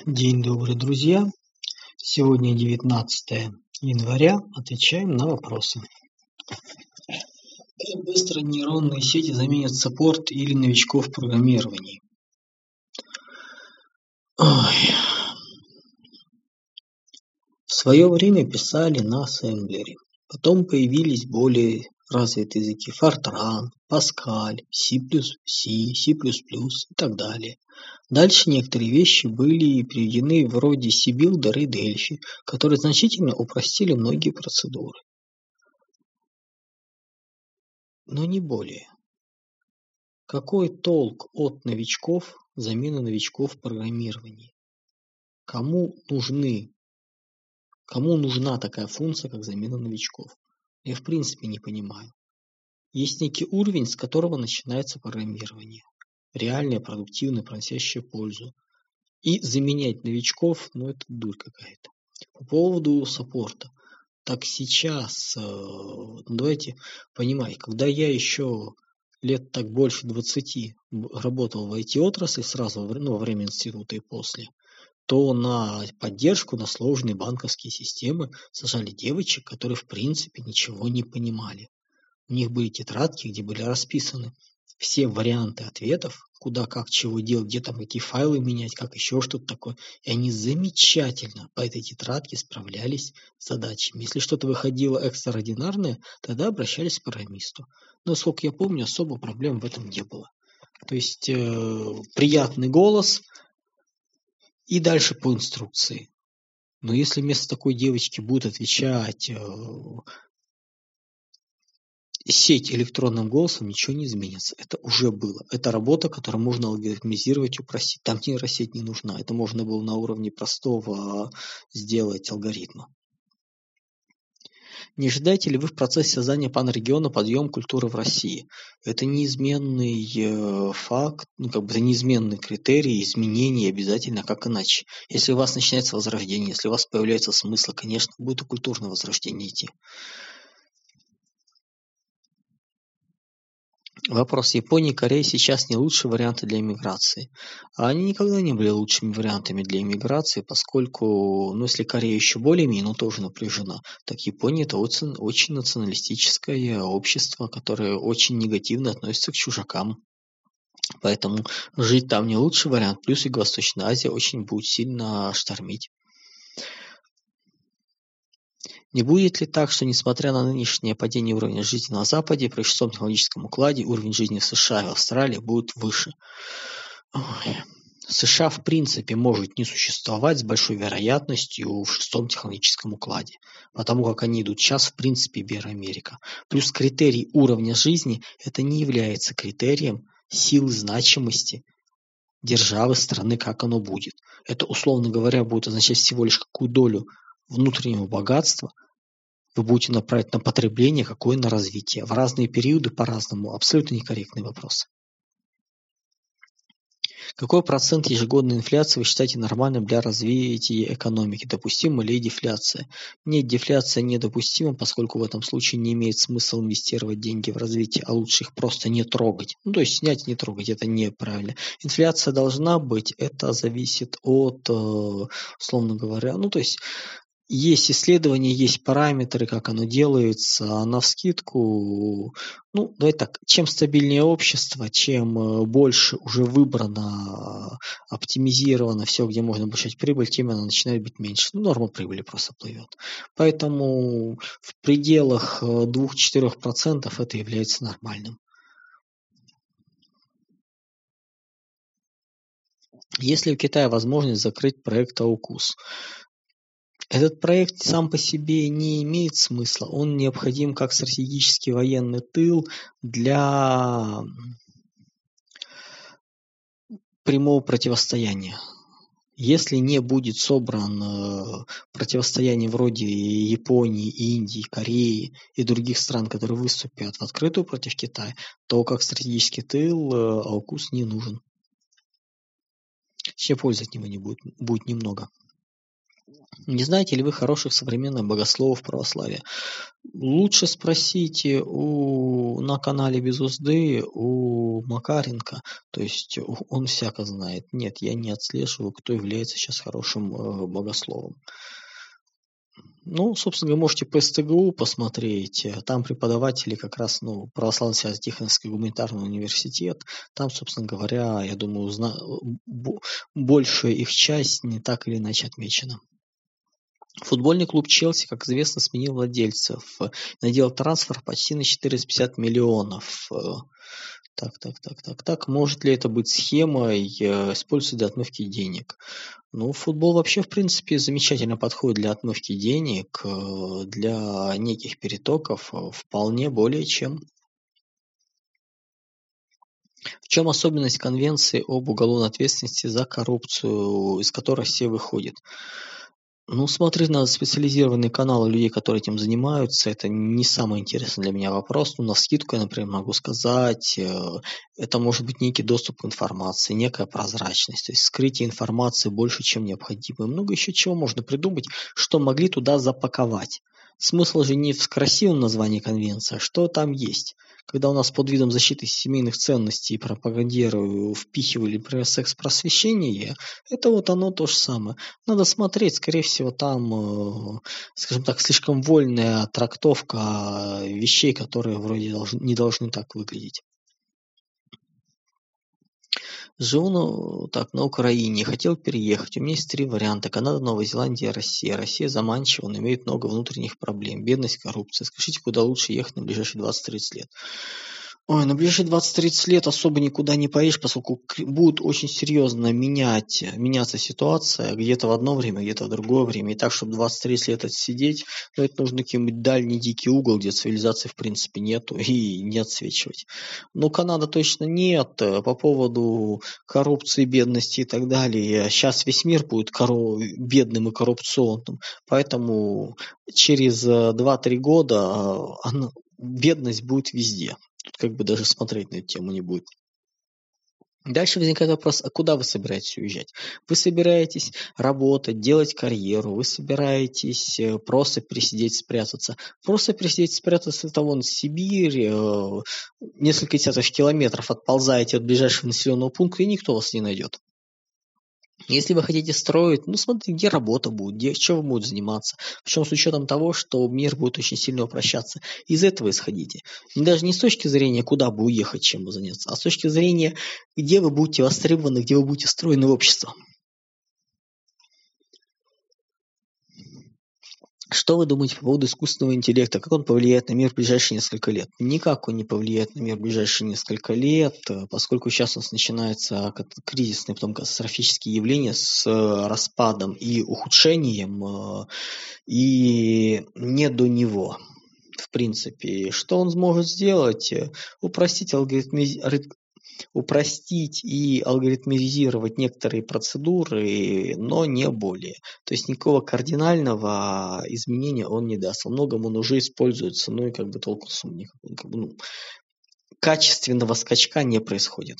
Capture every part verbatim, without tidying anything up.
День добрый, друзья! Сегодня девятнадцатое января. Отвечаем на вопросы. Как быстро нейронные сети заменят саппорт или новичков в программировании? Ой. В свое время писали на ассемблере. Потом появились более развитые языки Fortran, Pascal, C++, C, C++ и так далее. Дальше некоторые вещи были переведены вроде CBuilder и Delphi, которые значительно упростили многие процедуры. Но не более. Какой толк от новичков, замены новичков в программировании? Кому нужны, кому нужна такая функция, как замена новичков? Я в принципе не понимаю. Есть некий уровень, с которого начинается программирование. Реальное, продуктивное, приносящее пользу. И заменять новичков, ну это дурь какая-то. По поводу саппорта. Так сейчас, давайте понимать, когда я еще лет так больше двадцати работал в ай ти-отрасли сразу ну, во время института и после, то на поддержку, на сложные банковские системы сажали девочек, которые в принципе ничего не понимали. У них были тетрадки, где были расписаны все варианты ответов, куда, как, чего делать, где там какие файлы менять, как еще что-то такое. И они замечательно по этой тетрадке справлялись с задачами. Если что-то выходило экстраординарное, тогда обращались к программисту. Но, сколько я помню, особо проблем в этом не было. То есть э, приятный голос и дальше по инструкции. Но если вместо такой девочки будет отвечать э, сеть электронным голосом, ничего не изменится. Это уже было. Это работа, которую можно алгоритмизировать и упростить. Там нейросеть не нужна. Это можно было на уровне простого сделать алгоритма. Не ожидаете ли вы в процессе создания панрегиона подъем культуры в России? Это неизменный факт, ну как бы это неизменный критерий изменений обязательно, как иначе. Если у вас начинается возрождение, если у вас появляется смысл, конечно, будет и культурное возрождение идти. Вопрос. Япония и Корея сейчас не лучшие варианты для иммиграции. Они никогда не были лучшими вариантами для иммиграции, поскольку, ну, если Корея еще более-менее, но тоже напряжена, так Япония это очень, очень националистическое общество, которое очень негативно относится к чужакам. Поэтому жить там не лучший вариант. Плюс Юго-Восточная Азия очень будет сильно штормить. Не будет ли так, что несмотря на нынешнее падение уровня жизни на Западе, при шестом технологическом укладе уровень жизни в США и Австралии будет выше? Ой. США в принципе может не существовать с большой вероятностью в шестом технологическом укладе, потому как они идут сейчас в принципе Америка. Плюс критерий уровня жизни это не является критерием силы значимости державы, страны, как оно будет. Это, условно говоря, будет означать всего лишь какую долю внутреннего богатства вы будете направить на потребление, какое на развитие. В разные периоды по-разному. Абсолютно некорректный вопрос. Какой процент ежегодной инфляции вы считаете нормальным для развития экономики? Допустима ли дефляция? Нет, дефляция недопустима, поскольку в этом случае не имеет смысла инвестировать деньги в развитие, а лучше их просто не трогать. Ну, то есть снять и не трогать, это неправильно. Инфляция должна быть, это зависит от, условно говоря, ну, то есть есть исследования, есть параметры, как оно делается, а навскидку, ну, давай так, чем стабильнее общество, чем больше уже выбрано, оптимизировано все, где можно получать прибыль, тем она начинает быть меньше. Ну, норма прибыли просто плывет. Поэтому в пределах двух-четырёх процентов это является нормальным. Есть ли в Китае возможность закрыть проект Аукус? Этот проект сам по себе не имеет смысла, он необходим как стратегический военный тыл для прямого противостояния. Если не будет собран противостояние вроде Японии, Индии, Кореи и других стран, которые выступят в открытую против Китая, то как стратегический тыл Аукус не нужен. Все пользы от него не будет, будет немного. Не знаете ли вы хороших современных богословов православия? Лучше спросите у, на канале Без узды у Макаренко, то есть он всяко знает. Нет, я не отслеживаю, кто является сейчас хорошим э, богословом. Ну, собственно говоря, можете по СТГУ посмотреть. Там преподаватели как раз, ну, Православный Свято-Тихоновский гуманитарный университет. Там, собственно говоря, я думаю, зна... большая их часть не так или иначе отмечена. Футбольный клуб Челси, как известно, сменил владельцев. Надел трансфер почти на четыреста пятьдесят миллионов. Так, так, так, так, так. Может ли это быть схемой, используется для отмывки денег? Ну, футбол вообще, в принципе, замечательно подходит для отмывки денег, для неких перетоков, вполне более чем. В чем особенность Конвенции об уголовной ответственности за коррупцию, из которой все выходят? Ну, смотреть на специализированные каналы людей, которые этим занимаются, это не самый интересный для меня вопрос. Ну, навскидку я, например, могу сказать, это может быть некий доступ к информации, некая прозрачность, то есть скрытие информации больше, чем необходимо. И много еще чего можно придумать, что могли туда запаковать. Смысл же не в красивом названии конвенции, а что там есть. Когда у нас под видом защиты семейных ценностей и пропагандирую впихивали, например, секс-просвещение, это вот оно то же самое. Надо смотреть, скорее всего, там, скажем так, слишком вольная трактовка вещей, которые вроде должны, не должны так выглядеть. Живу на, так, на Украине, хотел переехать. У меня есть три варианта. Канада, Новая Зеландия, Россия. Россия заманчива, но имеет много внутренних проблем. Бедность, коррупция. Скажите, куда лучше ехать на ближайшие двадцать-тридцать лет? Ой, на ближайшие двадцать-тридцать лет особо никуда не поедешь, поскольку будет очень серьезно менять, меняться ситуация где-то в одно время, где-то в другое время. И так, чтобы двадцать-тридцать лет отсидеть, ну, это нужно какой-нибудь дальний дикий угол, где цивилизации в принципе нету, и не отсвечивать. Но Канада точно нет. По поводу коррупции, бедности и так далее. Сейчас весь мир будет коро- бедным и коррупционным. Поэтому через два-три года она, бедность будет везде. Тут как бы даже смотреть на эту тему не будет. Дальше возникает вопрос, а куда вы собираетесь уезжать? Вы собираетесь работать, делать карьеру, вы собираетесь просто пересидеть, спрятаться. Просто пересидеть, спрятаться, это вон Сибирь, несколько десятков километров отползаете от ближайшего населенного пункта, и никто вас не найдет. Если вы хотите строить, ну, смотрите, где работа будет, где, чем вы будете заниматься. Причем с учетом того, что мир будет очень сильно упрощаться. Из этого исходите. Даже не с точки зрения, куда бы уехать, чем бы заняться, а с точки зрения, где вы будете востребованы, где вы будете встроены в общество. Что вы думаете по поводу искусственного интеллекта? Как он повлияет на мир в ближайшие несколько лет? Никак он не повлияет на мир в ближайшие несколько лет, поскольку сейчас у нас начинается кризисные, потом катастрофические явления с распадом и ухудшением, и не до него. В принципе, что он сможет сделать? Упростить алгоритми... упростить и алгоритмизировать некоторые процедуры, но не более. То есть никакого кардинального изменения он не даст. Во многом он уже используется, ну и как бы толку никакого, как бы, ну, качественного скачка не происходит.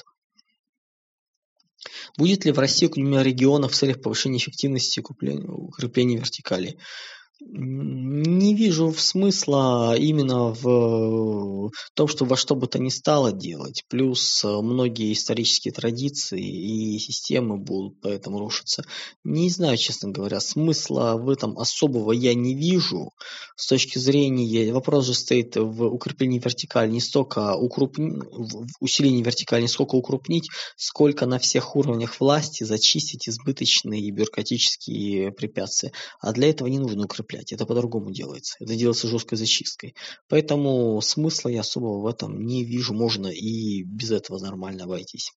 Будет ли в России укрепление регионов в целях повышения эффективности и укрепления вертикали? Не вижу смысла именно в том, что во что бы то ни стало делать. Плюс многие исторические традиции и системы будут поэтому рушиться. Не знаю, честно говоря, смысла в этом особого я не вижу. С точки зрения, вопрос же стоит в укреплении вертикали, не столько укрупни... в усилении вертикали, не сколько укрупнить, сколько на всех уровнях власти зачистить избыточные бюрократические препятствия. А для этого не нужно укреплять. Это по-другому делается. Это делается жесткой зачисткой. Поэтому смысла я особого в этом не вижу. Можно и без этого нормально обойтись.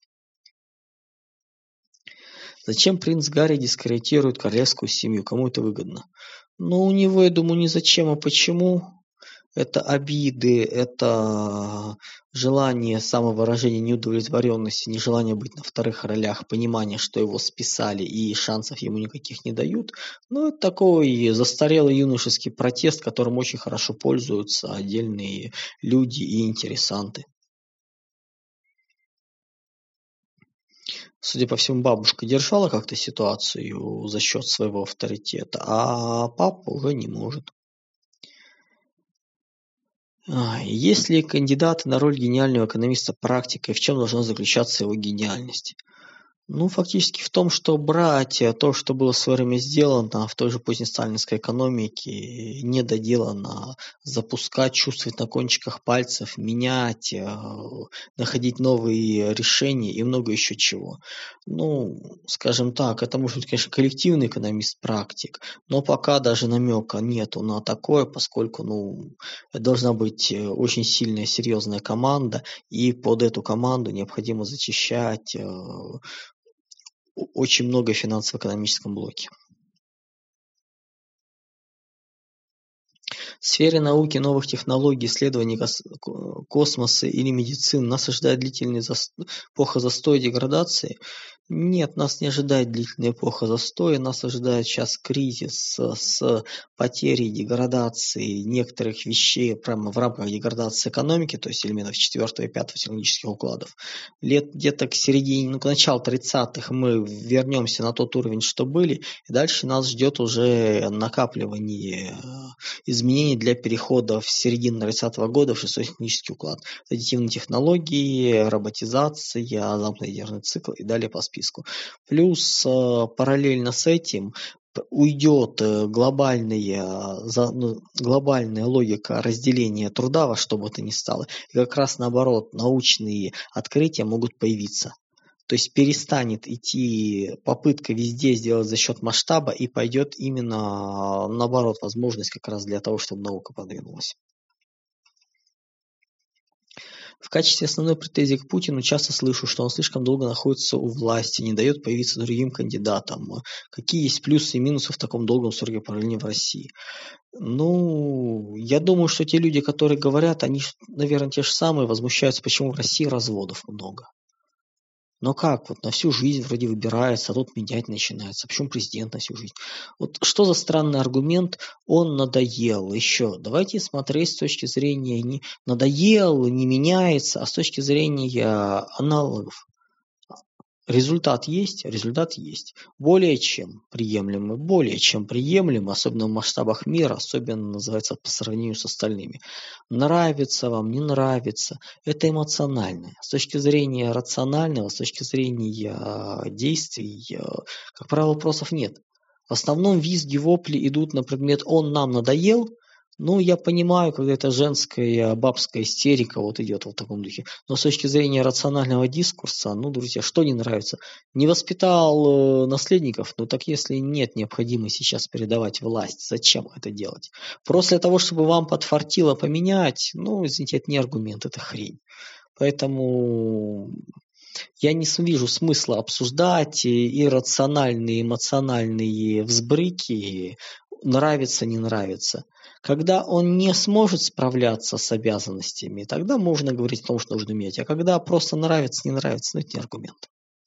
Зачем принц Гарри дискредитирует королевскую семью? Кому это выгодно? Ну, у него, я думаю, не зачем, а почему. Это обиды, это желание самовыражения неудовлетворенности, нежелание быть на вторых ролях, понимание, что его списали и шансов ему никаких не дают. Ну, это такой застарелый юношеский протест, которым очень хорошо пользуются отдельные люди и интересанты. Судя по всему, бабушка держала как-то ситуацию за счет своего авторитета, а папа уже не может. А, Есть ли кандидаты на роль гениального экономиста практика, и в чем должна заключаться его гениальность? Ну, фактически в том, что брать э, то, что было в свое время сделано в той же позднесталинской экономике, не доделано, запускать, чувствовать на кончиках пальцев, менять, э, находить новые решения и много еще чего. Ну, скажем так, это может быть, конечно, коллективный экономист-практик, но пока даже намека нету на такое, поскольку, ну, должна быть э, очень сильная, серьезная команда, и под эту команду необходимо зачищать э, очень много в финансово-экономическом блоке. В сфере науки, новых технологий, исследований космоса или медицины нас ожидает длительная эпоха застоя и деградации? Нет, нас не ожидает длительная эпоха застоя, нас ожидает сейчас кризис с потерей, деградацией некоторых вещей прямо в рамках деградации экономики, то есть элементов четвертого и пятого технологических укладов. Лет где-то к середине, ну, к началу тридцатых мы вернемся на тот уровень, что были, и дальше нас ждет уже накапливание изменений для перехода в середину тридцатого года в шестой технический уклад. Аддитивные технологии, роботизация, замкнутый ядерный цикл и далее по списку. Плюс параллельно с этим уйдет глобальная, ну, глобальная логика разделения труда во что бы то ни стало. И как раз наоборот, научные открытия могут появиться. То есть перестанет идти попытка везде сделать за счет масштаба и пойдет именно наоборот возможность как раз для того, чтобы наука продвинулась. В качестве основной претензии к Путину часто слышу, что он слишком долго находится у власти, не дает появиться другим кандидатам. Какие есть плюсы и минусы в таком долгом сроке правления в России? Ну, я думаю, что те люди, которые говорят, они, наверное, те же самые, возмущаются, почему в России разводов много. Но как? Вот на всю жизнь вроде выбирается, а тут менять начинается. Почему президент на всю жизнь? Вот что за странный аргумент? Он надоел. Еще давайте смотреть с точки зрения не надоел, не меняется, а с точки зрения аналогов. Результат есть, результат есть. Более чем приемлемый, более чем приемлемый, особенно в масштабах мира, особенно называется по сравнению с остальными. Нравится вам, не нравится, это эмоциональное. С точки зрения рационального, с точки зрения действий, как правило, вопросов нет. В основном визги, вопли идут на предмет «он нам надоел». Ну, я понимаю, когда это женская бабская истерика вот идет в таком духе. Но с точки зрения рационального дискурса, ну, друзья, что не нравится? Не воспитал э, наследников? Ну, так если нет необходимости сейчас передавать власть, зачем это делать? Просто для того, чтобы вам подфартило поменять, ну, извините, это не аргумент, это хрень. Поэтому я не вижу смысла обсуждать иррациональные, эмоциональные взбрыки, нравится, не нравится. Когда он не сможет справляться с обязанностями, тогда можно говорить о том, что нужно менять. А когда просто нравится, не нравится, ну это не аргумент.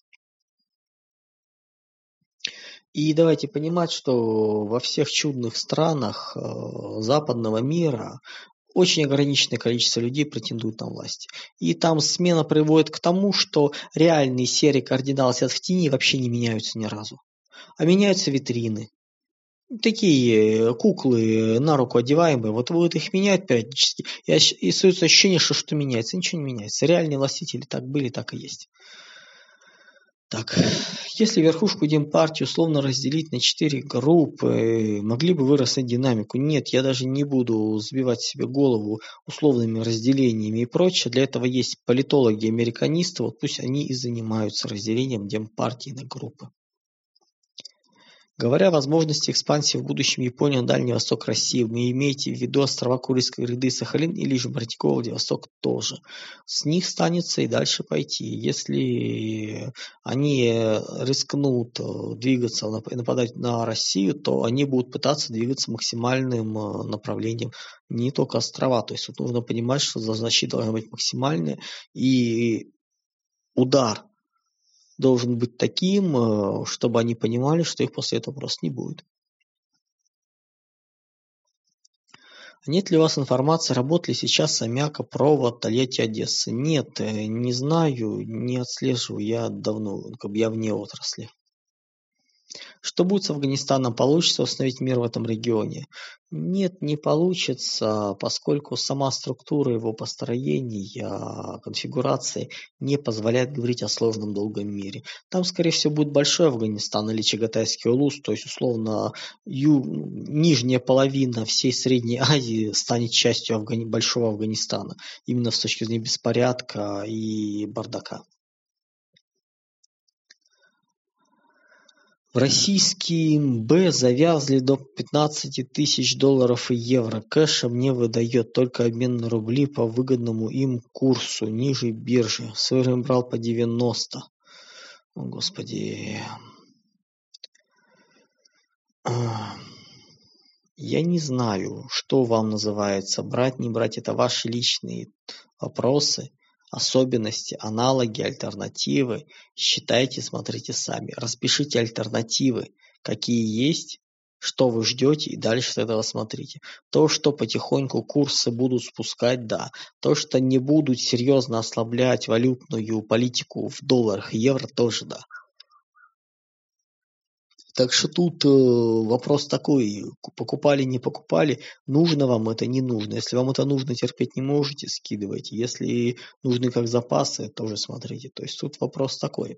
И давайте понимать, что во всех чудных странах э, западного мира очень ограниченное количество людей претендует на власть. И там смена приводит к тому, что реальные серые кардиналы сидят в тени и вообще не меняются ни разу. А меняются витрины. Такие куклы на руку одеваемые, вот, вот их меняют периодически, и, и остается ощущение, что что-то меняется. Ничего не меняется. Реальные властители так были, так и есть. Так, если верхушку Демпартии условно разделить на четыре группы, могли бы выровнять динамику? Нет, я даже не буду сбивать себе голову условными разделениями и прочее. Для этого есть политологи, американисты, вот пусть они и занимаются разделением Демпартии на группы. Говоря о возможности экспансии в будущем Японии на Дальний Восток России, вы имеете в виду острова Курильской гряды и Сахалин или же Балтиковый Владивосток тоже? С них станется и дальше пойти. Если они рискнут двигаться, нападать на Россию, то они будут пытаться двигаться максимальным направлением, не только острова. То есть вот нужно понимать, что защита должна быть максимальная, и удар должен быть таким, чтобы они понимали, что их после этого просто не будет. Нет ли у вас информации, работает ли сейчас Аммиака провод Тольятти-Одесса? Нет, не знаю, не отслеживаю, я давно, как бы я вне отрасли. Что будет с Афганистаном? Получится установить мир в этом регионе? Нет, не получится, поскольку сама структура его построения, конфигурации не позволяет говорить о сложном долгом мире. Там, скорее всего, будет большой Афганистан или Чагатайский улус, то есть, условно, ю... нижняя половина всей Средней Азии станет частью Афгани... большого Афганистана, именно с точки зрения беспорядка и бардака. В российский МБ завязли до пятнадцати тысяч долларов и евро. Кэша мне выдает только обмен на рубли по выгодному им курсу, ниже биржи. Сырым брал по девяносто. О, Господи. Я не знаю, что вам называется брать, не брать. Это ваши личные вопросы, особенности, аналоги, альтернативы. Считайте, смотрите сами. Распишите альтернативы, какие есть, что вы ждете, и дальше с этого смотрите. То, что потихоньку курсы будут спускать, да. То, что не будут серьезно ослаблять валютную политику в долларах и евро, тоже да. Так что тут э, вопрос такой, покупали, не покупали, нужно вам это, не нужно. Если вам это нужно, терпеть не можете, скидывайте. Если нужны как запасы, тоже смотрите. То есть тут вопрос такой.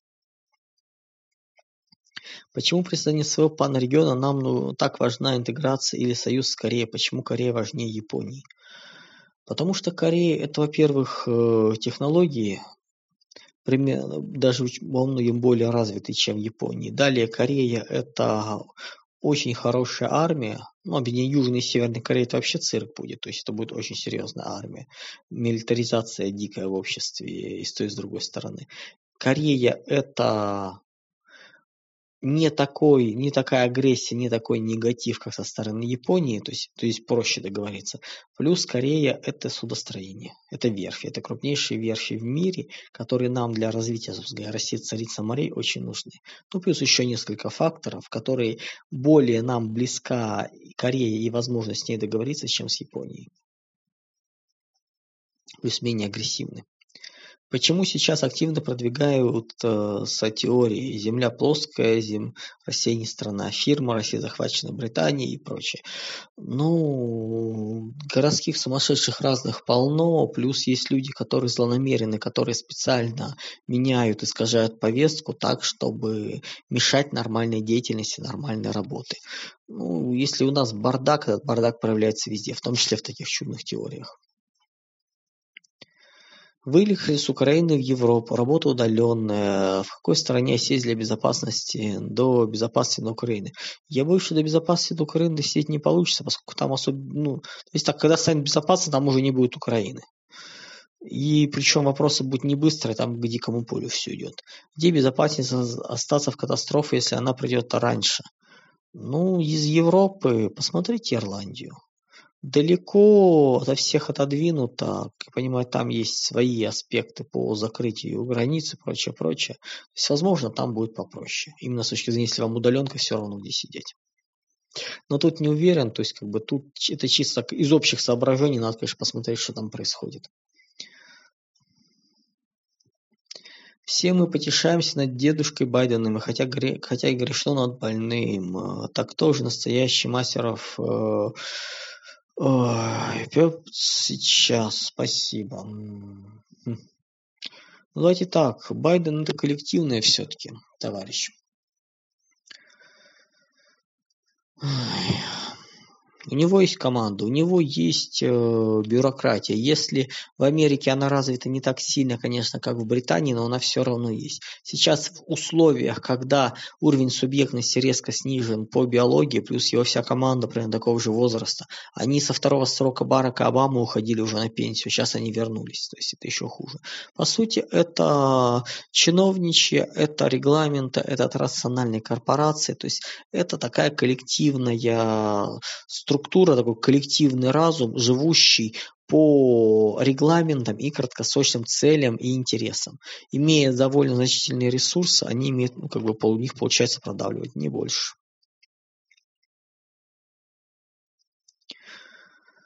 Почему при создании своего панрегиона нам ну, так важна интеграция или союз с Кореей? Почему Корея важнее Японии? Потому что Корея это, во-первых, э, технологии, примерно, даже во многом более развитый, чем Япония. Далее Корея – это очень хорошая армия. Ну, объединение Южной и Северной Кореи – это вообще цирк будет. То есть это будет очень серьезная армия. Милитаризация дикая в обществе и с той и с другой стороны. Корея – это не такой, не такая агрессия, не такой негатив, как со стороны Японии, то есть, то есть проще договориться. Плюс Корея – это судостроение, это верфи, это крупнейшие верфи в мире, которые нам для развития, собственно говоря, России царица морей очень нужны. Ну, плюс еще несколько факторов, которые более нам близка Корея и возможность с ней договориться, чем с Японией. Плюс менее агрессивны. Почему сейчас активно продвигают э, с теорией «Земля плоская», зем... «Россия не страна», «Фирма», «Россия захвачена Британией» и прочее? Ну, городских сумасшедших разных полно, плюс есть люди, которые злонамерены, которые специально меняют, искажают повестку так, чтобы мешать нормальной деятельности, нормальной работе. Ну, если у нас бардак, этот бардак проявляется везде, в том числе в таких чудных теориях. Выехали с Украины в Европу, работа удаленная. В какой стране сесть для безопасности до безопасности на Украине? Я боюсь, что до безопасности до Украины сидеть не получится, поскольку там особо, ну, то есть так, когда станет безопасно, там уже не будет Украины. И причем вопросы будут не быстрые, там к дикому полю все идет. Где безопаснее остаться в катастрофе, если она придет раньше? Ну, из Европы посмотрите Ирландию. Далеко ото всех отодвинуто, как я понимаю, там есть свои аспекты по закрытию границ и прочее, прочее. То есть, возможно, там будет попроще. Именно с точки зрения, если вам удаленка, все равно где сидеть. Но тут не уверен, то есть, как бы тут это чисто из общих соображений, надо, конечно, посмотреть, что там происходит. Все мы потешаемся над дедушкой Байденом, хотя, гре... хотя и грешно над больным. Так тоже настоящий Мастеров... Э... Ой, сейчас, спасибо. Ну, давайте так, Байден это коллективное все-таки, товарищ. У него есть команда, у него есть э, бюрократия. Если в Америке она развита не так сильно, конечно, как в Британии, но она все равно есть. Сейчас в условиях, когда уровень субъектности резко снижен по биологии, плюс его вся команда примерно такого же возраста, они со второго срока Барака Обамы уходили уже на пенсию, сейчас они вернулись, то есть это еще хуже. По сути, это чиновничье, это регламенты, это транснациональные корпорации, то есть это такая коллективная структура, такой коллективный разум, живущий по регламентам и краткосрочным целям и интересам. Имея довольно значительные ресурсы, они имеют, ну, как бы у них получается продавливать, не больше.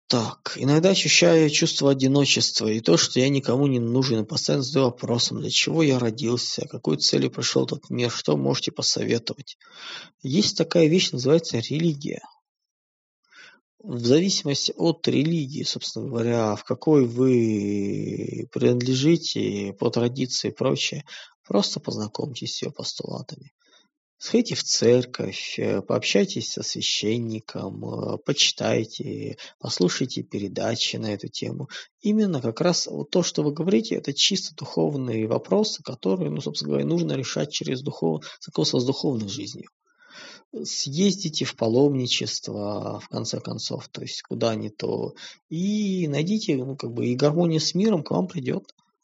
Так, иногда ощущаю чувство одиночества и то, что я никому не нужен, и постоянно задаю вопросом, для чего я родился, какой целью пришел в этот мир, что можете посоветовать. Есть такая вещь, называется религия. В зависимости от религии, собственно говоря, в какой вы принадлежите, по традиции и прочее, просто познакомьтесь с ее постулатами. Сходите в церковь, пообщайтесь со священником, почитайте, послушайте передачи на эту тему. Именно как раз вот то, что вы говорите, это чисто духовные вопросы, которые, ну, собственно говоря, нужно решать через духов... знакомство с духовной жизнью. Съездите в паломничество, в конце концов, то есть куда ни то, и найдите, ну, как бы, и гармония с миром к вам придет.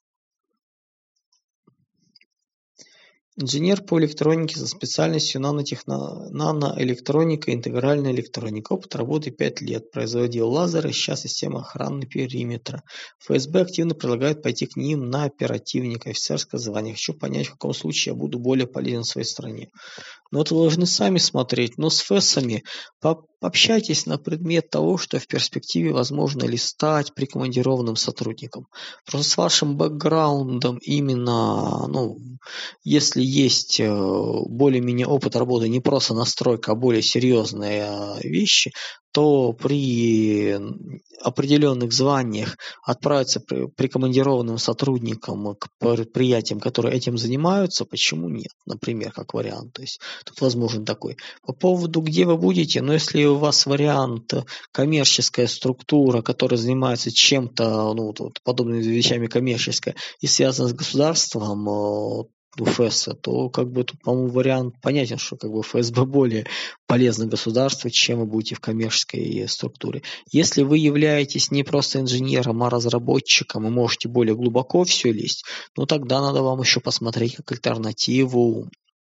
Инженер по электронике со специальностью нанотехно... наноэлектроника и интегральная электроника. Опыт работы пять лет. Производил лазеры, сейчас система охраны периметра. ФСБ активно предлагает пойти к ним на оперативника, офицерское звание. Хочу понять, в каком случае я буду более полезен в своей стране. Но это вы должны сами смотреть. Но с ФЭСами пообщайтесь на предмет того, что в перспективе возможно ли стать прикомандированным сотрудником. Просто с вашим бэкграундом именно, ну, если есть более-менее опыт работы, не просто настройка, а более серьезные вещи, то при определенных званиях отправиться прикомандированным сотрудником к предприятиям, которые этим занимаются, почему нет, например, как вариант. То есть тут возможен такой. По поводу, где вы будете, но если у вас вариант коммерческая структура, которая занимается чем-то, ну, вот, подобными вещами коммерческая и связана с государством, у ФЭСа, то как бы тут, по-моему, вариант понятен, что как бы ФСБ более полезно государству, чем вы будете в коммерческой структуре. Если вы являетесь не просто инженером, а разработчиком и можете более глубоко все лезть, ну тогда надо вам еще посмотреть как альтернативу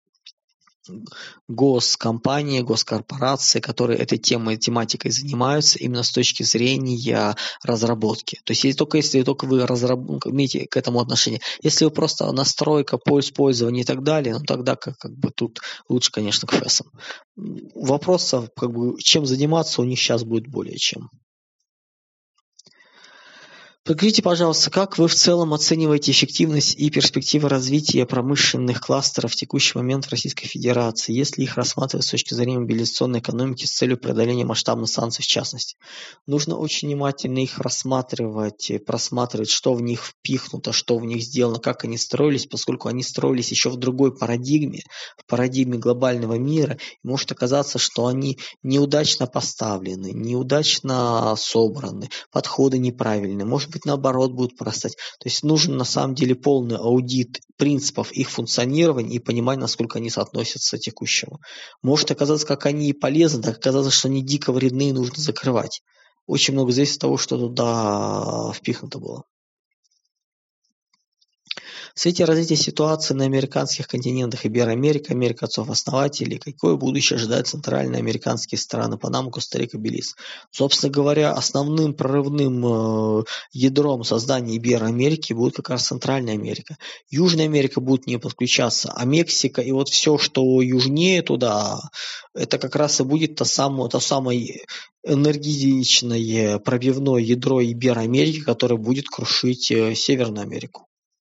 госкомпании, госкорпорации, которые этой темой, тематикой занимаются именно с точки зрения разработки. То есть если только если только вы разраб... имеете к этому отношение. Если вы просто настройка, использование и так далее, ну тогда как, как бы тут лучше, конечно, к ФЭСам. Вопросов, как бы, чем заниматься, у них сейчас будет более чем. Покажите, пожалуйста, как вы в целом оцениваете эффективность и перспективы развития промышленных кластеров в текущий момент в Российской Федерации, если их рассматривать с точки зрения мобилизационной экономики с целью преодоления масштабных санкций в частности? Нужно очень внимательно их рассматривать, просматривать, что в них впихнуто, что в них сделано, как они строились, поскольку они строились еще в другой парадигме, в парадигме глобального мира, и может оказаться, что они неудачно поставлены, неудачно собраны, подходы неправильные, может быть, наоборот будут прорастать. То есть нужен на самом деле полный аудит принципов их функционирования и понимать, насколько они соотносятся к текущему. Может оказаться, как они и полезны, так оказаться, что они дико вредны и нужно закрывать. Очень много зависит от того, что туда впихнуто было. В свете развития ситуации на американских континентах Ибероамерика, Америка отцов-основателей, какое будущее ожидают центральноамериканские страны Панама, Коста-Рика, Белиз? Собственно говоря, основным прорывным ядром создания Ибероамерики будет как раз Центральная Америка. Южная Америка будет не подключаться, а Мексика и вот все, что южнее туда, это как раз и будет то самое, то самое энергичное пробивное ядро Ибероамерики, которое будет крушить Северную Америку.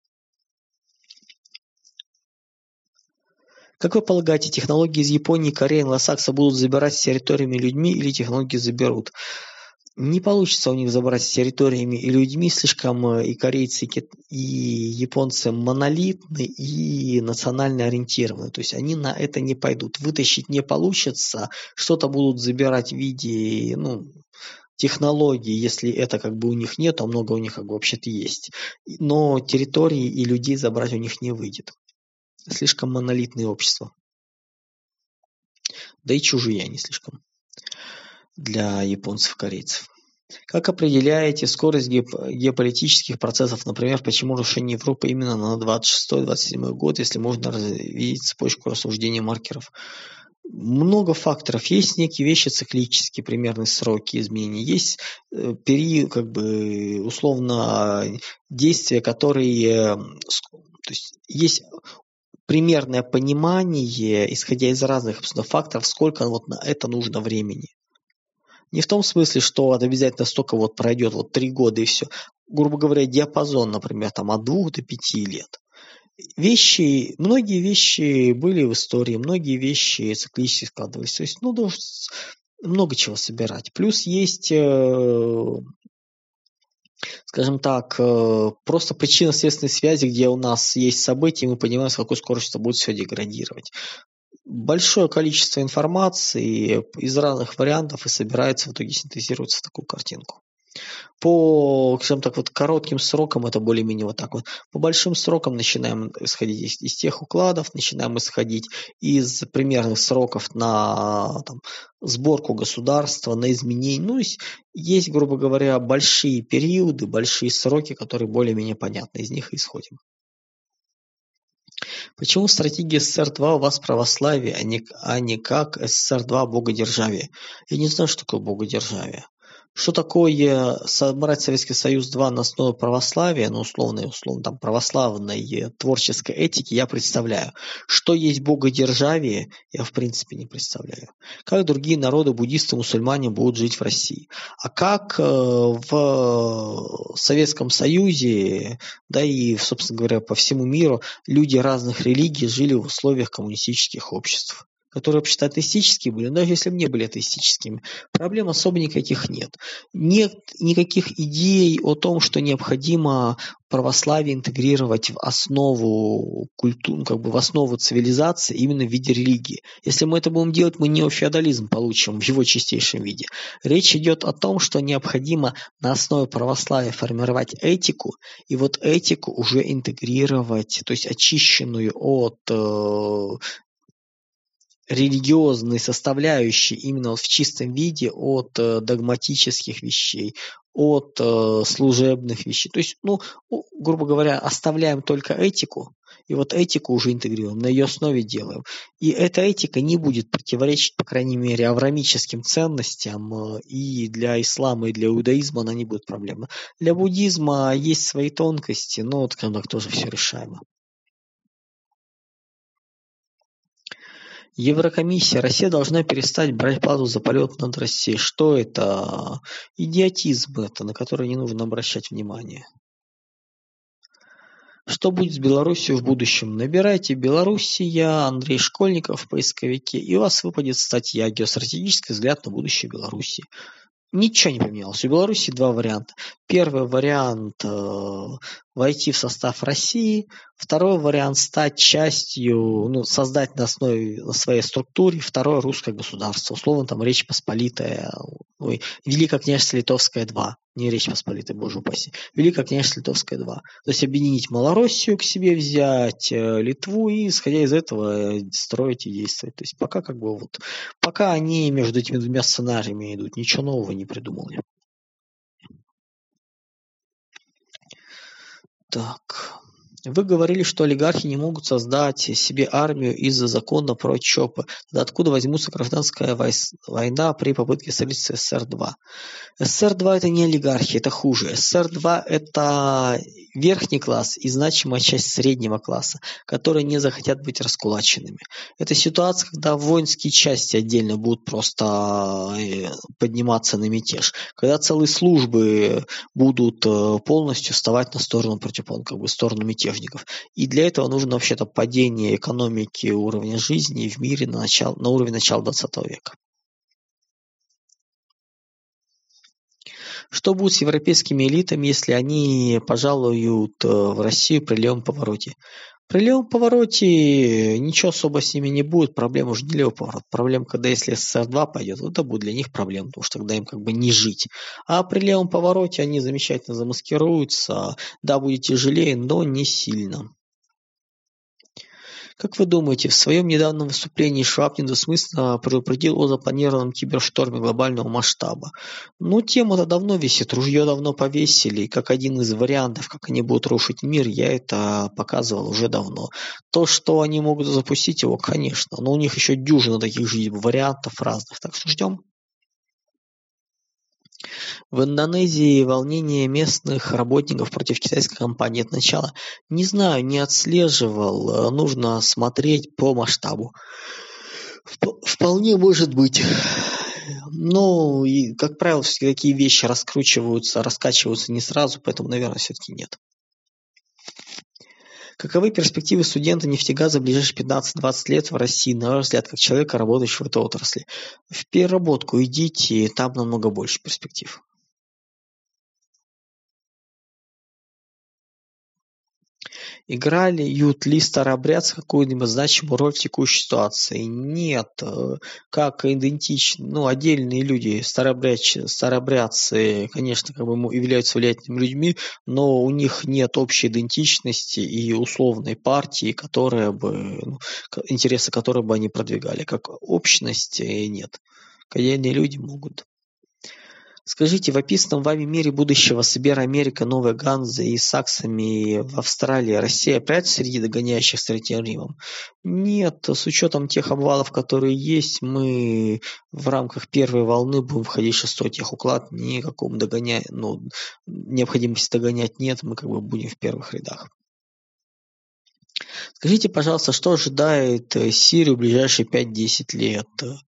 Как вы полагаете, технологии из Японии, Кореи, англосакса будут забирать с территориями людьми или технологии заберут? Не получится у них забрать с территориями и людьми, слишком и корейцы, и японцы монолитны и национально ориентированы. То есть они на это не пойдут. Вытащить не получится, что-то будут забирать в виде, ну, технологий, если это как бы у них нет, а много у них как бы вообще-то есть. Но территории и людей забрать у них не выйдет. Слишком монолитные общества. Да и чужие они слишком для японцев и корейцев. Как определяете скорость геополитических процессов, например, почему решение Европы именно на двадцать шестой - двадцать седьмой год, если можно развить цепочку рассуждений маркеров? Много факторов. Есть некие вещи циклические, примерные сроки изменений. Есть период, как бы, условно, действия, которые... То есть есть примерное понимание, исходя из разных факторов, сколько вот на это нужно времени. Не в том смысле, что это обязательно столько вот пройдет, вот три года и все. Грубо говоря, диапазон, например, там от двух до пяти лет. Вещи, многие вещи были в истории, многие вещи циклически складывались. То есть, ну, должен много чего собирать. Плюс есть, скажем так, просто причинно-следственные связи, где у нас есть события, и мы понимаем, с какой скоростью будет все деградировать. Большое количество информации из разных вариантов и собирается, в итоге синтезируется в такую картинку. По, скажем так, вот коротким срокам это более-менее вот так вот. По большим срокам начинаем исходить из, из тех укладов, начинаем исходить из примерных сроков на там, сборку государства, на изменения. Ну, есть, есть, грубо говоря, большие периоды, большие сроки, которые более-менее понятны. Из них и исходим. Почему стратегия эс эс эр два у вас православие, а не, а не как эс эс эр два богодержавие? Я не знаю, что такое богодержавие. Что такое собрать Советский Союз два на основе православия, ну, условно, условно, там, православной творческой этики, я представляю. Что есть богодержавие, я, в принципе, не представляю. Как другие народы, буддисты, мусульмане будут жить в России. А как в Советском Союзе, да и, собственно говоря, по всему миру люди разных религий жили в условиях коммунистических обществ, которые вообще-то атеистические были, но даже если бы не были атеистическими, проблем особо никаких нет. Нет никаких идей о том, что необходимо православие интегрировать в основу культуры, как бы в основу цивилизации именно в виде религии. Если мы это будем делать, мы неофеодализм получим в его чистейшем виде. Речь идет о том, что необходимо на основе православия формировать этику, и вот этику уже интегрировать, то есть очищенную от э, религиозной составляющей именно в чистом виде от э, догматических вещей, от э, служебных вещей. То есть, ну, грубо говоря, оставляем только этику, и вот этику уже интегрируем, на ее основе делаем. И эта этика не будет противоречить, по крайней мере, авраамическим ценностям, э, и для ислама, и для иудаизма она не будет проблемой. Для буддизма есть свои тонкости, но вот, скажем так, тоже все решаемо. Еврокомиссия. Россия должна перестать брать плату за полет над Россией. Что это? Идиотизм это, на который не нужно обращать внимание. Что будет с Белоруссией в будущем? Набирайте «Белоруссия», Андрей Школьников в поисковике, и у вас выпадет статья «Геостратегический взгляд на будущее Белоруссии». Ничего не поменялось. У Беларуси два варианта. Первый вариант э, войти в состав России. Второй вариант стать частью, ну, создать на основе на своей структуре второе русское государство. Условно там Речь Посполитая, ой, Великое княжество Литовское два. Не Речь Посполитая, боже упаси. Великое княжество Литовское два. То есть объединить Малороссию к себе взять, э, Литву и, исходя из этого, строить и действовать. То есть пока как бы вот, пока они между этими двумя сценариями идут, ничего нового не придумали. Так. Вы говорили, что олигархи не могут создать себе армию из-за закона про ЧОПы. Тогда откуда возьмутся гражданская война при попытке строительства эс эс эр два? эс эс эр два это не олигархи, это хуже. эс эс эр два это верхний класс и значимая часть среднего класса, которые не захотят быть раскулаченными. Это ситуация, когда воинские части отдельно будут просто подниматься на мятеж, когда целые службы будут полностью вставать на сторону противоположную, как бы сторону мятежников. И для этого нужно вообще-то падение экономики уровня жизни в мире на, начало, на уровень начала двадцатого века. Что будет с европейскими элитами, если они пожалуют в Россию при левом повороте? При левом повороте ничего особо с ними не будет, проблема уже не левый поворот. Проблема, когда если эс эс эр два пойдет, это будет для них проблема, потому что тогда им как бы не жить. А при левом повороте они замечательно замаскируются, да, будет тяжелее, но не сильно. Как вы думаете, в своем недавнем выступлении Шваб недвусмысленно предупредил о запланированном кибершторме глобального масштаба? Ну, тема-то давно висит, ружье давно повесили, и как один из вариантов, как они будут рушить мир, я это показывал уже давно. То, что они могут запустить его, конечно, но у них еще дюжина таких же вариантов разных, так что ждем. В Индонезии волнение местных работников против китайской компании от начала. Не знаю, не отслеживал, нужно смотреть по масштабу. Вполне может быть. Ну, и, как правило, все-таки такие вещи раскручиваются, раскачиваются не сразу, поэтому, наверное, все-таки нет. Каковы перспективы студента нефтегаза в ближайшие пятнадцать-двадцать лет в России, на ваш взгляд, как человека, работающего в этой отрасли? В переработку идите, там намного больше перспектив. Играли ют ли старообрядцы какую-нибудь значимую роль в текущей ситуации? Нет. Как идентичны, ну, отдельные люди, старообрядцы, старообрядцы, конечно, как бы являются влиятельными людьми, но у них нет общей идентичности и условной партии, которая бы, ну, интересы которой бы они продвигали. Как общности нет. Отдельные люди могут. Скажите, в описанном вами мире будущего с Ибероамерикой, Новой Ганзой и Саксами в Австралии Россия опять среди догоняющих с Третьим Римом? Нет, с учетом тех обвалов, которые есть, мы в рамках первой волны будем входить в шестой техуклад, никакому догонять, ну, необходимости догонять нет, мы как бы будем в первых рядах. Скажите, пожалуйста, что ожидает Сирию в ближайшие пять-десять лет?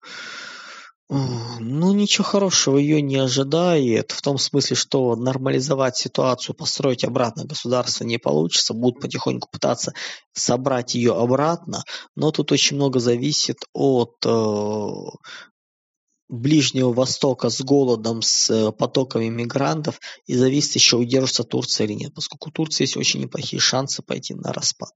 Ну, ничего хорошего ее не ожидает, в том смысле, что нормализовать ситуацию, построить обратно государство не получится, будут потихоньку пытаться собрать ее обратно, но тут очень много зависит от э, Ближнего Востока с голодом, с потоками мигрантов, и зависит еще, удержится Турция или нет, поскольку у Турции есть очень неплохие шансы пойти на распад.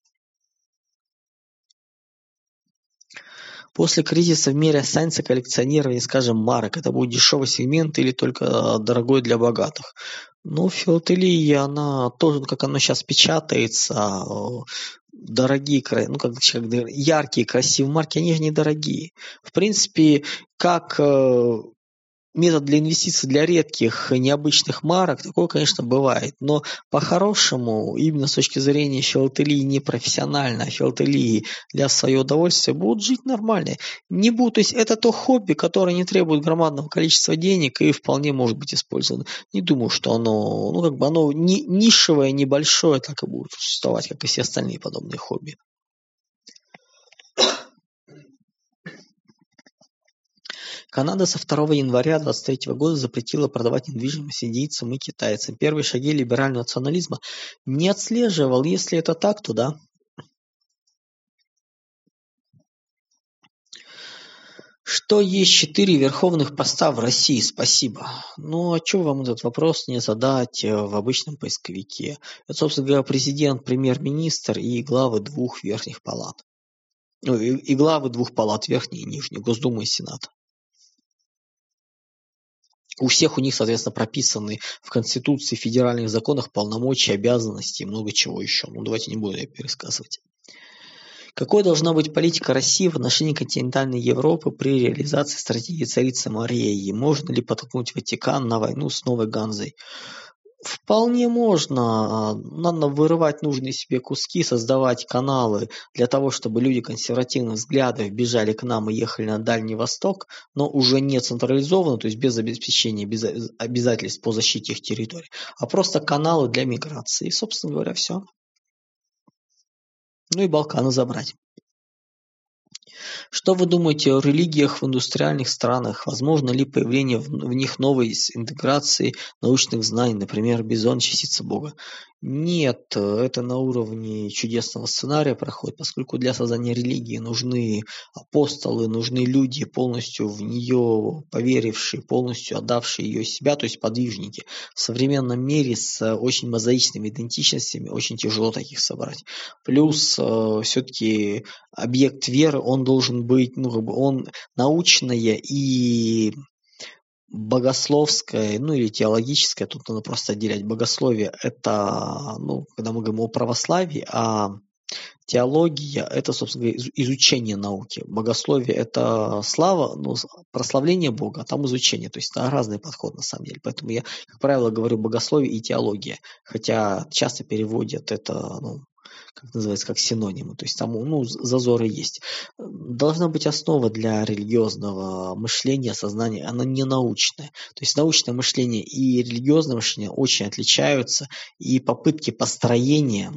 После кризиса в мире останется коллекционирование, скажем, марок. Это будет дешевый сегмент или только дорогой для богатых. Ну, филателия, она тоже, как она сейчас печатается, дорогие, ну, как, как яркие, красивые марки, они же недорогие. В принципе, как метод для инвестиций для редких, необычных марок, такое, конечно, бывает. Но по-хорошему, именно с точки зрения филателии не профессиональной, а филателии для своего удовольствия, будут жить нормально. Не будут, то есть это то хобби, которое не требует громадного количества денег и вполне может быть использовано. Не думаю, что оно, ну, как бы оно ни, нишевое, небольшое, так и будет существовать, как и все остальные подобные хобби. Канада со второго января две тысячи двадцать третьего года запретила продавать недвижимость индийцам и китайцам. Первые шаги либерального национализма не отслеживал. Если это так, то да. Что есть четыре верховных поста в России? Спасибо. Ну, а что вам этот вопрос не задать в обычном поисковике? Это, собственно говоря, президент, премьер-министр и главы двух верхних палат. Ну, и, и главы двух палат, верхней и нижней, Госдумы и Сената. У всех у них, соответственно, прописаны в Конституции, в федеральных законах полномочия, обязанности и много чего еще. Ну, давайте не буду я пересказывать. Какой должна быть политика России в отношении континентальной Европы при реализации стратегии царицы Марии? Можно ли подтолкнуть Ватикан на войну с Новой Ганзой? Вполне можно. Надо вырывать нужные себе куски, создавать каналы для того, чтобы люди консервативных взглядов бежали к нам и ехали на Дальний Восток, но уже не централизованно, то есть без обеспечения без обязательств по защите их территорий, а просто каналы для миграции. И, собственно говоря, все. Ну и Балканы забрать. Что вы думаете о религиях в индустриальных странах? Возможно ли появление в, в них новой интеграции научных знаний, например, бизон, частица Бога? Нет, это на уровне чудесного сценария проходит, поскольку для создания религии нужны апостолы, нужны люди, полностью в нее поверившие, полностью отдавшие ее себя, то есть подвижники. В современном мире с очень мозаичными идентичностями очень тяжело таких собрать. Плюс э, все-таки объект веры, он должен быть, ну, как бы он научное и богословское, ну или теологическое, тут надо просто отделять. Богословие – это, ну, когда мы говорим о православии, а теология – это, собственно говоря, изучение науки. Богословие – это слава, ну, прославление Бога, а там изучение. То есть это разный подход на самом деле. Поэтому я, как правило, говорю богословие и теология. Хотя часто переводят это, ну, как называется, как синонимы. То есть там, ну, зазоры есть. Должна быть основа для религиозного мышления, сознания. Она не научная. То есть научное мышление и религиозное мышление очень отличаются. И попытки построения...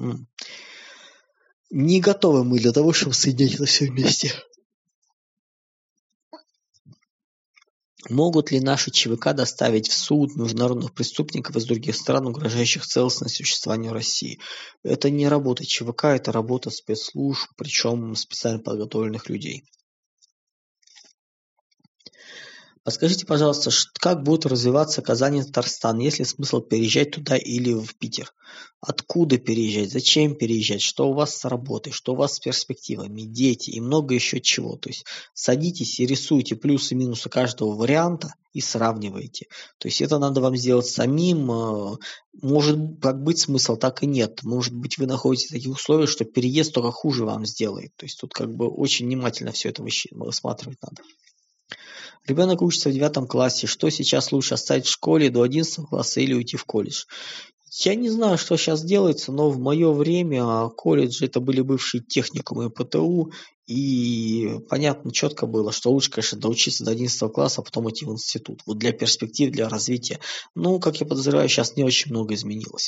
Не готовы мы для того, чтобы соединять это все вместе. Могут ли наши ЧВК доставить в суд международных преступников из других стран, угрожающих целостности существованию России? Это не работа ЧВК, это работа спецслужб, причем специально подготовленных людей. Подскажите, пожалуйста, как будет развиваться Казань и Татарстан? Есть ли смысл переезжать туда или в Питер? Откуда переезжать? Зачем переезжать? Что у вас с работой? Что у вас с перспективами? Дети и много еще чего. То есть садитесь и рисуйте плюсы и минусы каждого варианта и сравнивайте. То есть это надо вам сделать самим. Может как быть смысл, так и нет. Может быть, вы находитесь в таких условиях, что переезд только хуже вам сделает. То есть тут как бы очень внимательно все это высматривать надо. Ребенок учится в девятом классе. Что сейчас лучше, оставить в школе до одиннадцатого класса или уйти в колледж? Я не знаю, что сейчас делается, но в мое время колледжи это были бывшие техникумы и ПТУ. И понятно, четко было, что лучше, конечно, доучиться до одиннадцатого класса, а потом идти в институт. Вот для перспектив, для развития. Ну, как я подозреваю, сейчас не очень много изменилось.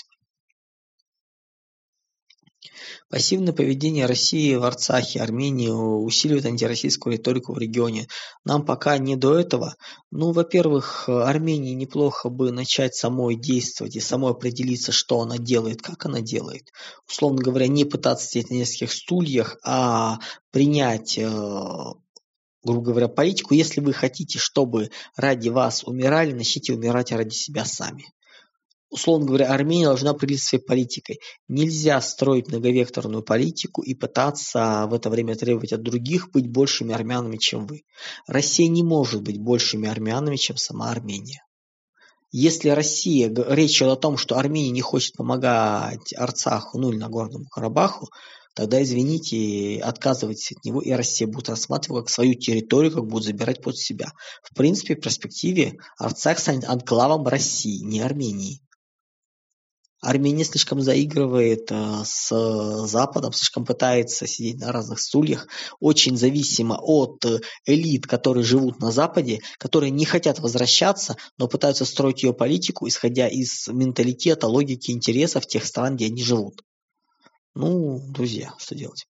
Пассивное поведение России в Арцахе, Армении усиливает антироссийскую риторику в регионе. Нам пока не до этого. Ну, во-первых, Армении неплохо бы начать самой действовать и самой определиться, что она делает, как она делает. Условно говоря, не пытаться сидеть на нескольких стульях, а принять, грубо говоря, политику. Если вы хотите, чтобы ради вас умирали, начните умирать ради себя сами. Условно говоря, Армения должна определиться своей политикой. Нельзя строить многовекторную политику и пытаться в это время требовать от других быть большими армянами, чем вы. Россия не может быть большими армянами, чем сама Армения. Если Россия, речь идет о том, что Армения не хочет помогать Арцаху, ну или Нагорному Карабаху, тогда, извините, отказывайтесь от него, и Россия будет рассматривать как свою территорию, как будет забирать под себя. В принципе, в перспективе Арцах станет анклавом России, не Армении. Армения слишком заигрывает с Западом, слишком пытается сидеть на разных стульях, очень зависима от элит, которые живут на Западе, которые не хотят возвращаться, но пытаются строить ее политику, исходя из менталитета, логики, интересов тех стран, где они живут. Ну, друзья, что делать?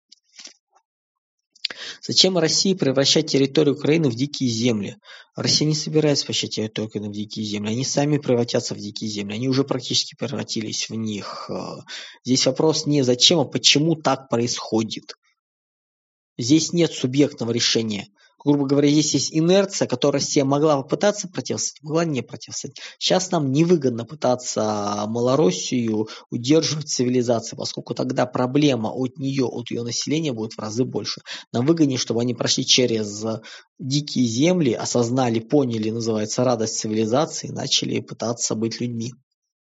Зачем России превращать территорию Украины в дикие земли? Россия не собирается превращать территорию Украины в дикие земли. Они сами превратятся в дикие земли. Они уже практически превратились в них. Здесь вопрос не зачем, а почему так происходит. Здесь нет субъектного решения. Грубо говоря, здесь есть инерция, которой Россия могла попытаться противостоять, могла не противостоять. Сейчас нам невыгодно пытаться Малороссию удерживать в цивилизации, поскольку тогда проблема от нее, от ее населения будет в разы больше. Нам выгоднее, чтобы они прошли через дикие земли, осознали, поняли, называется, радость цивилизации, и начали пытаться быть людьми.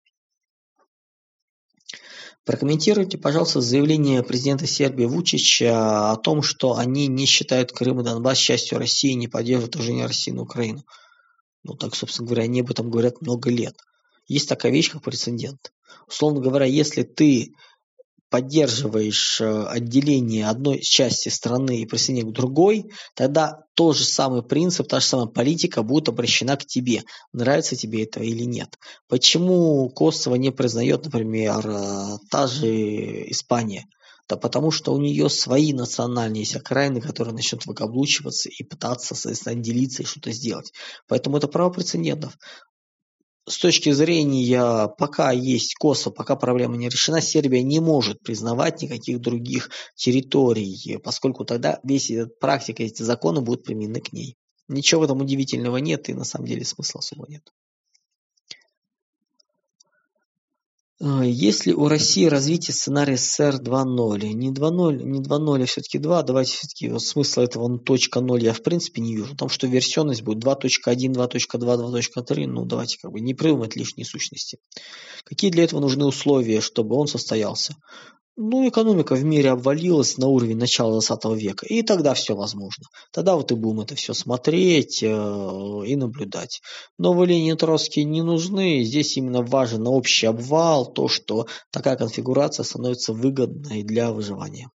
Прокомментируйте, пожалуйста, заявление президента Сербии Вучича о том, что они не считают Крым и Донбасс частью России и не поддерживают вторжение России на Украину. Ну так, собственно говоря, они об этом говорят много лет. Есть такая вещь, как прецедент. Условно говоря, если ты поддерживаешь отделение одной части страны и присоединение к другой, тогда тот же самый принцип, та же самая политика будет обращена к тебе. Нравится тебе это или нет. Почему Косово не признает, например, та же Испания? Да потому что у нее свои национальные есть окраины, которые начнут выкаблучиваться и пытаться, соответственно, делиться и что-то сделать. Поэтому это право прецедентов. С точки зрения, пока есть Косово, пока проблема не решена, Сербия не может признавать никаких других территорий, поскольку тогда весь этот практика, эти законы будут применены к ней. Ничего в этом удивительного нет, и на самом деле смысла особо нет. Есть ли у России развитие сценария СССР два ноль? Не два ноль, не два ноль, а все-таки два. Давайте все-таки вот смысла этого ну, точка ноль я в принципе не вижу. Потому что версионность будет два точка один, два точка два, два точка три. Ну давайте как бы не придумать лишние сущности. Какие для этого нужны условия, чтобы он состоялся? Ну, экономика в мире обвалилась на уровень начала двадцатого века, и тогда все возможно. Тогда вот и будем это все смотреть э, и наблюдать. Новые линии Троцкие не нужны, здесь именно важен общий обвал, то, что такая конфигурация становится выгодной для выживания.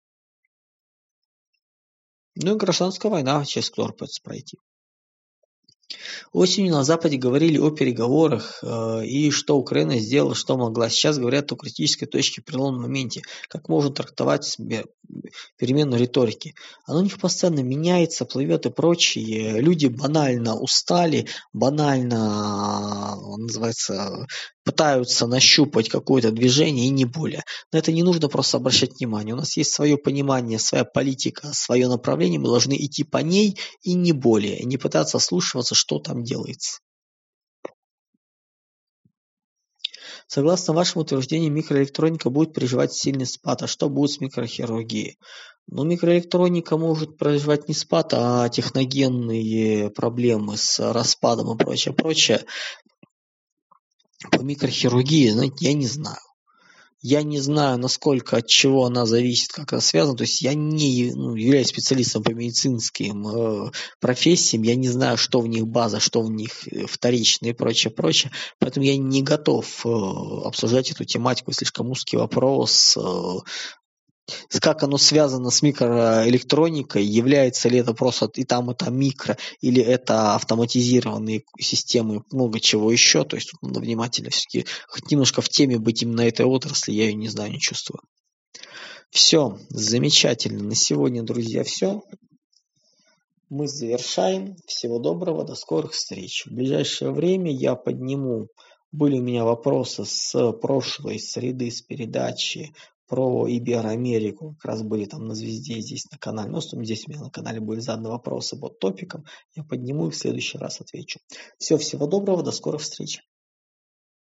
Ну и гражданская война, через которую придется пройти. Осенью на Западе говорили о переговорах э, и что Украина сделала, что могла. Сейчас говорят о критической точке, переломном моменте. Как можно трактовать себе перемену риторики? Оно у них постоянно меняется, плывет и прочее. Люди банально устали, банально, называется, пытаются нащупать какое-то движение и не более. На это не нужно просто обращать внимание. У нас есть свое понимание, своя политика, свое направление. Мы должны идти по ней и не более. И не пытаться слушаться, что там делается. Согласно вашему утверждению, микроэлектроника будет переживать сильный спад. А что будет с микрохирургией? Ну, микроэлектроника может переживать не спад, а техногенные проблемы с распадом и прочее, прочее. По микрохирургии, знаете, я не знаю. Я не знаю, насколько от чего она зависит, как она связана. То есть я не ну, являюсь специалистом по медицинским э, профессиям. Я не знаю, что в них база, что в них вторично и прочее, прочее. Поэтому я не готов э, обсуждать эту тематику. Слишком узкий вопрос. Э, как оно связано с микроэлектроникой, является ли это просто и там, и там микро, или это автоматизированные системы, много чего еще. То есть тут надо внимательно все-таки хоть немножко в теме быть именно этой отрасли, я ее не знаю, не чувствую. Все, замечательно. На сегодня, друзья, все. Мы завершаем. Всего доброго, до скорых встреч. В ближайшее время я подниму, были у меня вопросы с прошлой среды, с передачи про Ибероамерику, как раз были там на Звезде, здесь на канале, ну, здесь у меня на канале были заданы вопросы под топиком, я подниму и в следующий раз отвечу. Все, всего доброго, до скорых встреч.